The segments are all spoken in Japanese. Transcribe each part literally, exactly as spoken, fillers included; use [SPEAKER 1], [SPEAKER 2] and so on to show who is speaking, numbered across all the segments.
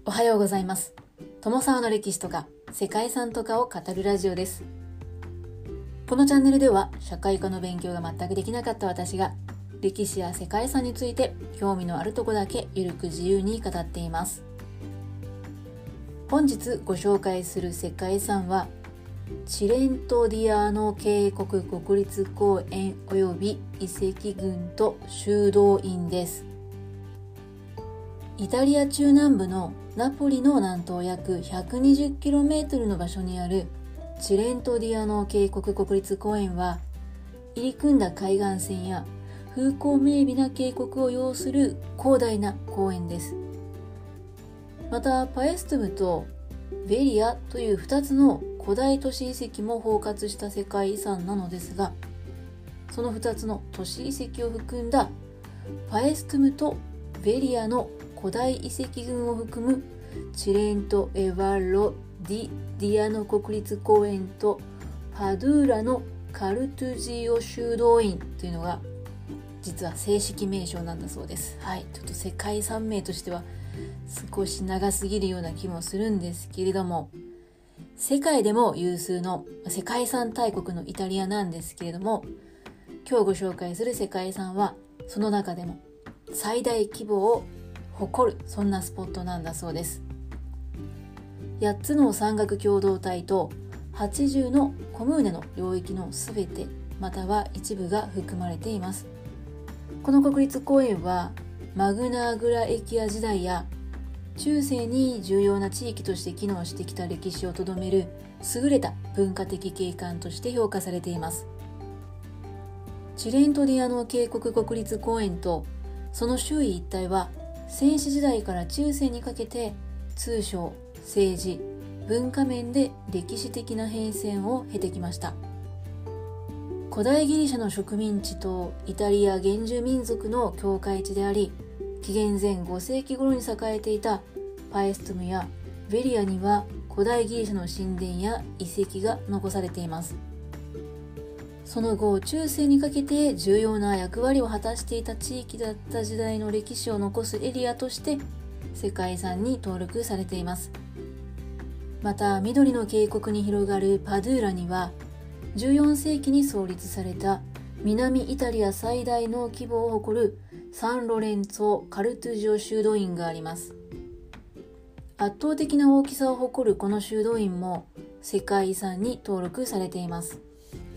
[SPEAKER 1] おはようございます。友沢の歴史とか世界遺産とかを語るラジオです。このチャンネルでは社会科の勉強が全くできなかった私が歴史や世界遺産について興味のあるとこだけゆるく自由に語っています。本日ご紹介する世界遺産はチレントディアーノ渓谷国立公園および遺跡群と修道院です。イタリア中南部のナポリの南東約 ひゃくにじゅっキロメートル の場所にあるチレントディアノ渓谷国立公園は入り組んだ海岸線や風光明媚な渓谷を擁する広大な公園です。またパエストゥムとベリアというふたつの古代都市遺跡も包括した世界遺産なのですが、そのふたつの都市遺跡を含んだパエストゥムとベリアの古代遺跡群を含むチレント・エヴァロ・ディ・ディアノ国立公園とパドゥーラのカルトゥジオ修道院というのが実は正式名称なんだそうです。はい、ちょっと世界遺産名としては少し長すぎるような気もするんですけれども、世界でも有数の世界遺産大国のイタリアなんですけれども、今日ご紹介する世界遺産はその中でも最大規模を誇るそんなスポットなんだそうです。やっつの山岳共同体とはちじゅうのコムーネの領域のすべてまたは一部が含まれています。この国立公園はマグナーグラエキア時代や中世に重要な地域として機能してきた歴史をとどめる優れた文化的景観として評価されています。チレントディアノ渓谷国立公園とその周囲一帯は先史時代から中世にかけて通商、政治、文化面で歴史的な変遷を経てきました。古代ギリシャの植民地とイタリア原住民族の境界地であり、紀元前ご世紀頃に栄えていたパエストゥムやベリアには古代ギリシャの神殿や遺跡が残されています。その後中世にかけて重要な役割を果たしていた地域だった時代の歴史を残すエリアとして世界遺産に登録されています。また緑の渓谷に広がるパドゥーラにはじゅうよん世紀に創立された南イタリア最大の規模を誇るサンロレンツォ・カルトゥジオ修道院があります。圧倒的な大きさを誇るこの修道院も世界遺産に登録されています。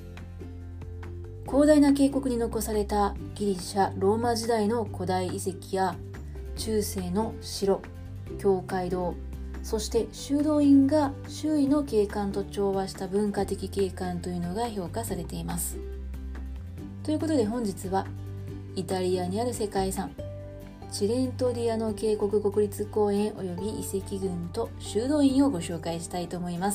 [SPEAKER 1] 広大な渓谷に残されたギリシャ・ローマ時代の古代遺跡や中世の城、教会堂、そして修道院が周囲の景観と調和した文化的景観というのが評価されています。ということで本日はイタリアにある世界遺産チレントディアノ渓谷国立公園および遺跡群と修道院をご紹介したいと思います。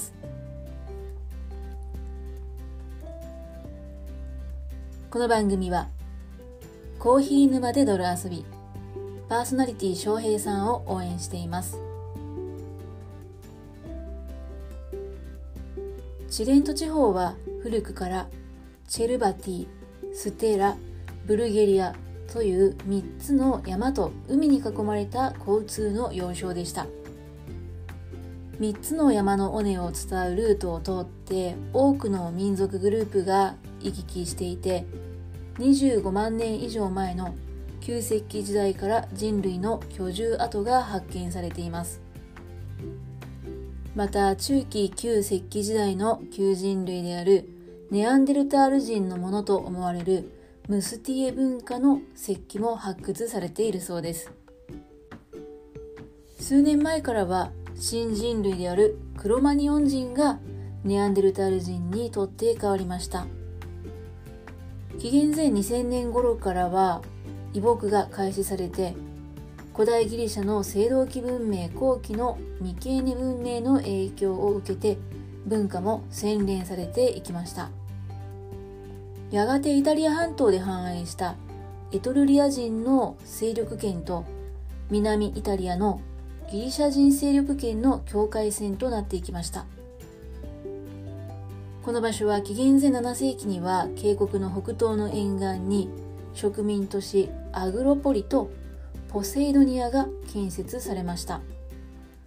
[SPEAKER 1] この番組はコーヒー沼で泥遊びパーソナリティ翔平さんを応援しています。チレント地方は古くからチェルバティ、ステラ、ブルゲリアというみっつの山と海に囲まれた交通の要衝でした。みっつの山の尾根を伝うルートを通って多くの民族グループが行き来していて、にじゅうごまんねん以上前の旧石器時代から人類の居住跡が発見されています。また中期旧石器時代の旧人類であるネアンデルタール人のものと思われるムスティエ文化の石器も発掘されているそうです。数年前からは新人類であるクロマニオン人がネアンデルタール人にとって変わりました。紀元前にせんねん頃からは移牧が開始されて、古代ギリシャの青銅器文明後期のミケーネ文明の影響を受けて文化も洗練されていきました。やがてイタリア半島で繁栄したエトルリア人の勢力圏と南イタリアのギリシャ人勢力圏の境界線となっていきました。この場所は紀元前なな世紀には渓谷の北東の沿岸に植民都市アグロポリとポセイドニアが建設されました。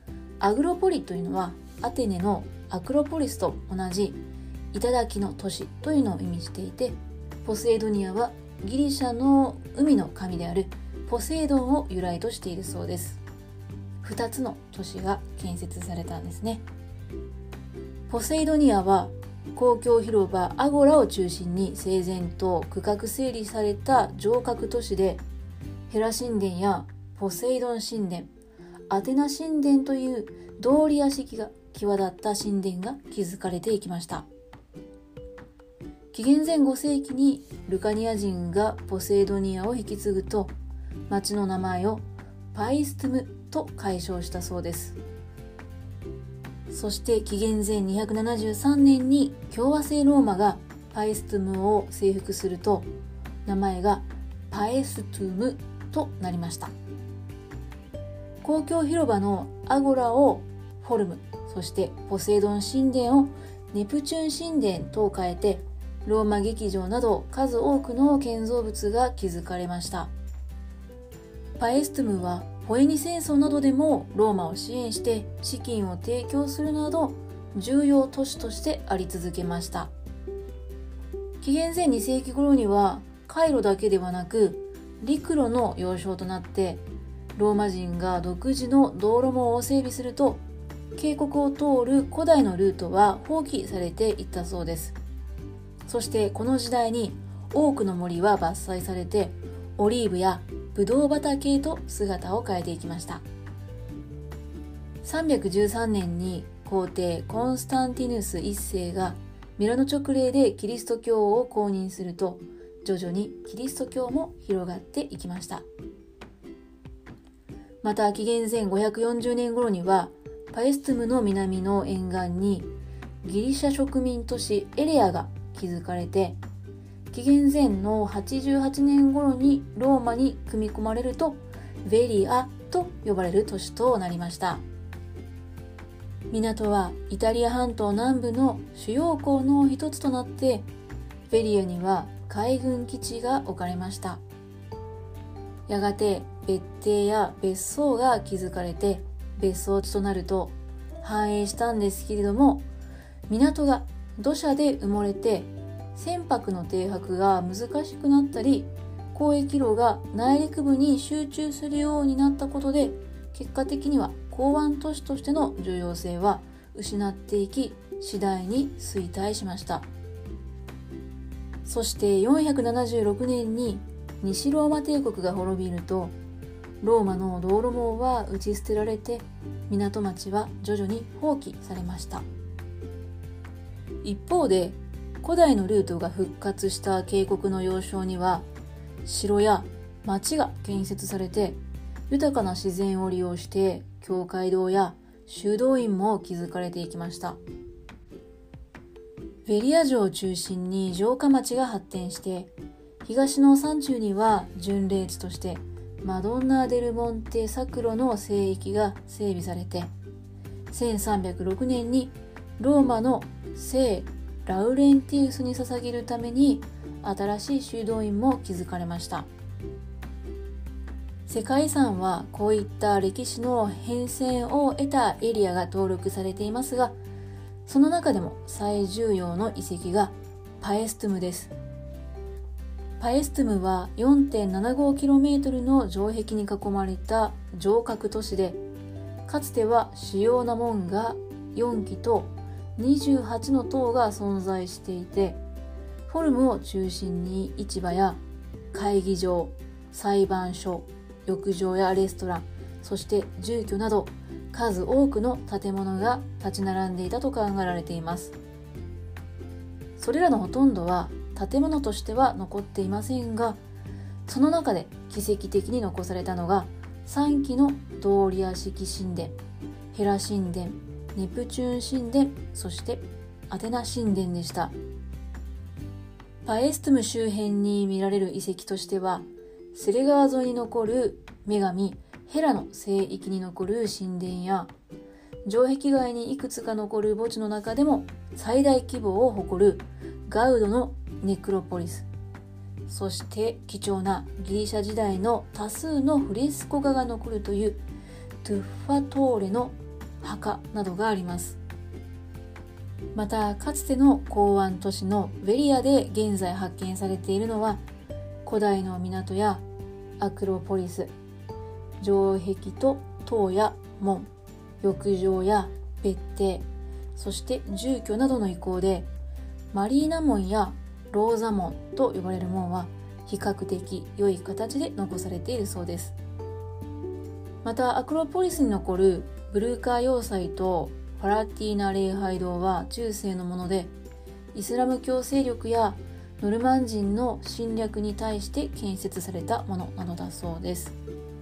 [SPEAKER 1] アグロポリというのはアテネのアクロポリスと同じ頂の都市というのを意味していて、ポセイドニアはギリシャの海の神であるポセイドンを由来としているそうです。ふたつの都市が建設されたんですね。ポセイドニアは公共広場アゴラを中心に整然と区画整理された城郭都市で、ヘラ神殿やポセイドン神殿、アテナ神殿という道理屋式が際立った神殿が築かれていきました。紀元前ご世紀にルカニア人がポセイドニアを引き継ぐと、町の名前をパイストゥムと改称したそうです。そして紀元前にひゃくななじゅうさんねんに共和制ローマがパイストゥムを征服すると、名前がパエストゥムとなりました。公共広場のアゴラをフォルム、そしてポセイドン神殿をネプチューン神殿と変えて、ローマ劇場など数多くの建造物が築かれました。パエストゥムはポエニ戦争などでもローマを支援して資金を提供するなど重要都市としてあり続けました。紀元前に世紀頃には海路だけではなく陸路の要衝となって、ローマ人が独自の道路網を整備すると、渓谷を通る古代のルートは放棄されていったそうです。そしてこの時代に多くの森は伐採されて、オリーブやブドウ畑へと姿を変えていきました。さんびゃくじゅうさんねんに皇帝コンスタンティヌスいっ世がミラノ勅令でキリスト教を公認すると、徐々にキリスト教も広がっていきました。また紀元前ごひゃくよんじゅうねん頃にはパエストゥムの南の沿岸にギリシャ植民都市エレアが築かれて、紀元前のはちじゅうはちねん頃にローマに組み込まれるとヴェリアと呼ばれる都市となりました。港はイタリア半島南部の主要港の一つとなって、ヴェリアには海軍基地が置かれました。やがて別邸や別荘が築かれて別荘地となると繁栄したんですけれども、港が土砂で埋もれて船舶の停泊が難しくなったり、交易路が内陸部に集中するようになったことで、結果的には港湾都市としての重要性は失っていき、次第に衰退しました。そしてよんひゃくななじゅうろくねんに西ローマ帝国が滅びると、ローマの道路網は打ち捨てられて、港町は徐々に放棄されました。一方で古代のルートが復活した渓谷の要衝には城や町が建設されて、豊かな自然を利用して教会堂や修道院も築かれていきました。ヴェリア城を中心に城下町が発展して、東の山中には巡礼地としてマドンナ・デル・モンテ・サクロの聖域が整備されて、せんさんびゃくろくねんにローマの聖ラウレンティウスに捧げるために新しい修道院も築かれました。世界遺産はこういった歴史の変遷を得たエリアが登録されていますが、その中でも最重要の遺跡がパエストゥムです。パエストゥムは よんてんななごキロメートル の城壁に囲まれた城郭都市で、かつては主要な門がよん基とにじゅうはちの塔が存在していて、フォルムを中心に市場や会議場、裁判所、浴場やレストラン、そして住居など数多くの建物が立ち並んでいたと考えられています。それらのほとんどは建物としては残っていませんが、その中で奇跡的に残されたのがさん基のドーリア式神殿、ヘラ神殿、ネプチューン神殿、そしてアテナ神殿でした。パエストゥム周辺に見られる遺跡としては、セレ川沿いに残る女神ヘラの聖域に残る神殿や、城壁外にいくつか残る墓地の中でも最大規模を誇るガウドのネクロポリス、そして貴重なギリシャ時代の多数のフレスコ画が残るというトゥッファトーレの墓などがあります。またかつての港湾都市のベリアで現在発見されているのは古代の港やアクロポリス、城壁と塔や門、浴場や別邸、そして住居などの遺構で、マリーナ門やローザ門と呼ばれる門は比較的良い形で残されているそうです。またアクロポリスに残るブルーカー要塞とファラティーナ礼拝堂は中世のもので、イスラム教勢力やノルマン人の侵略に対して建設されたものなのだそうです。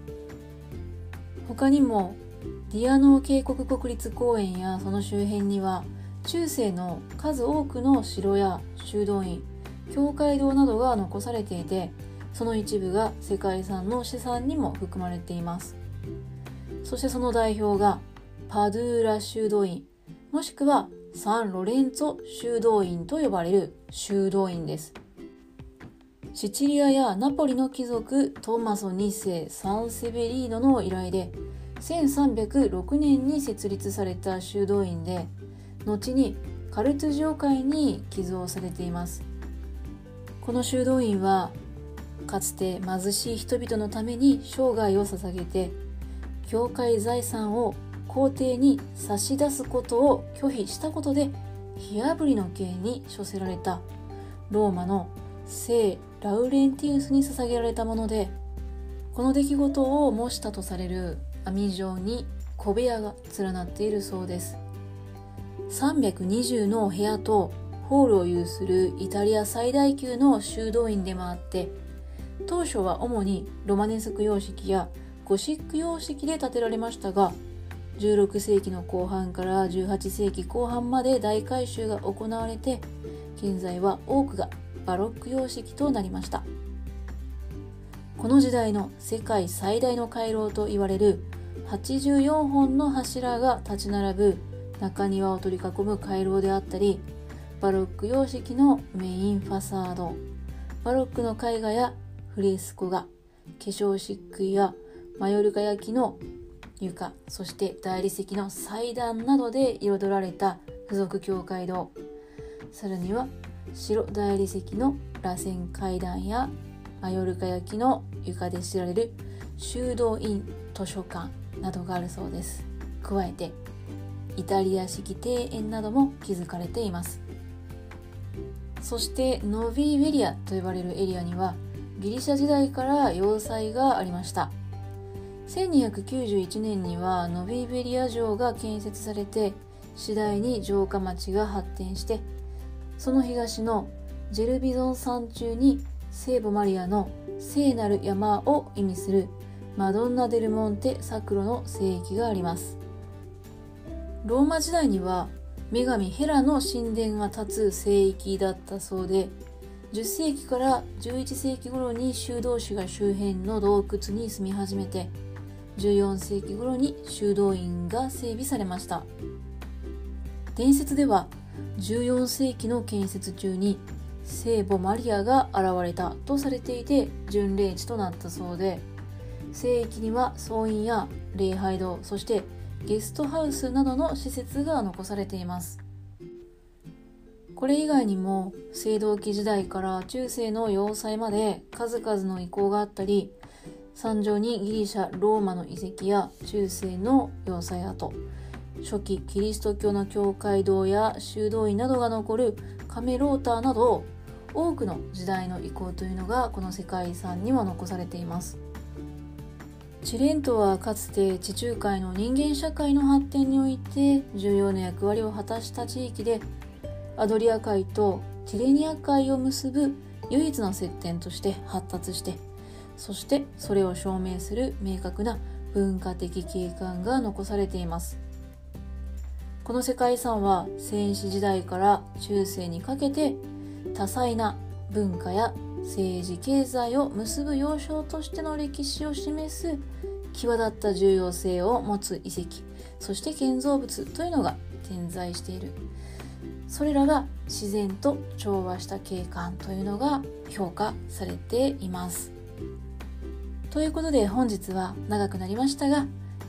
[SPEAKER 1] 他にもディアノー渓谷国立公園やその周辺には中世の数多くの城や修道院、教会堂などが残されていて、その一部が世界遺産の資産にも含まれています。そしてその代表がパドゥーラ修道院、もしくはサンロレンツォ修道院と呼ばれる修道院です。シチリアやナポリの貴族トーマソにせいサンセベリーノの依頼でせんさんびゃくろくねんに設立された修道院で、後にカルトゥジオ会に寄贈されています。この修道院はかつて貧しい人々のために生涯を捧げて、教会財産を皇帝に差し出すことを拒否したことで火あぶりの刑に処せられたローマの聖ラウレンティウスに捧げられたもので、この出来事を模したとされる網状に小部屋が連なっているそうです。さんびゃくにじゅうの部屋とホールを有するイタリア最大級の修道院でもあって、当初は主にロマネスク様式やゴシック様式で建てられましたが、じゅうろくせいきの後半からじゅうはっせいきこう半まで大改修が行われて、現在は多くがバロック様式となりました。この時代の世界最大の回廊と言われるはちじゅうよんほんの柱が立ち並ぶ中庭を取り囲む回廊であったり、バロック様式のメインファサード、バロックの絵画やフレスコ画、化粧漆喰やマヨルカ焼きの床、そして大理石の祭壇などで彩られた付属教会堂、さらには白大理石の螺旋階段やマヨルカ焼きの床で知られる修道院図書館などがあるそうです。加えてイタリア式庭園なども築かれています。そしてノビーベリアと呼ばれるエリアにはギリシャ時代から要塞がありました。せんにひゃくきゅうじゅういちねんにはノビーベリア城が建設されて、次第に城下町が発展して、その東のジェルビゾン山中に聖母マリアの聖なる山を意味するマドンナ・デル・モンテ・サクロの聖域があります。ローマ時代には女神ヘラの神殿が立つ聖域だったそうで、じゅっせいきからじゅういちせいき頃に修道士が周辺の洞窟に住み始めて、じゅうよんせいき頃に修道院が整備されました。伝説ではじゅうよんせいきの建設中に聖母マリアが現れたとされていて、巡礼地となったそうで、聖域には僧院や礼拝堂、そしてゲストハウスなどの施設が残されています。これ以外にも青銅器時代から中世の要塞まで数々の遺構があったり、山上にギリシャ・ローマの遺跡や中世の要塞跡、初期キリスト教の教会堂や修道院などが残るカメローターなど、多くの時代の遺構というのがこの世界遺産には残されています。チレントはかつて地中海の人間社会の発展において重要な役割を果たした地域で、アドリア海とティレニア海を結ぶ唯一の接点として発達して、そしてそれを証明する明確な文化的景観が残されています。この世界遺産は先史時代から中世にかけて多彩な文化や政治経済を結ぶ要衝としての歴史を示す際立った重要性を持つ遺跡、そして建造物というのが点在している。それらが自然と調和した景観というのが評価されています。ということで本日は長くなりましたが、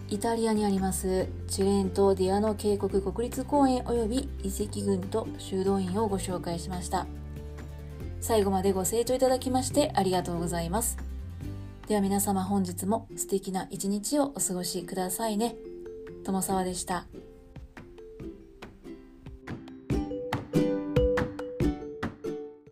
[SPEAKER 1] イタリアにありますチレント・ディアノ渓谷国立公園及び遺跡群と修道院をご紹介しました。最後までご清聴いただきましてありがとうございます。では皆様、本日も素敵な一日をお過ごしくださいね。友沢でした。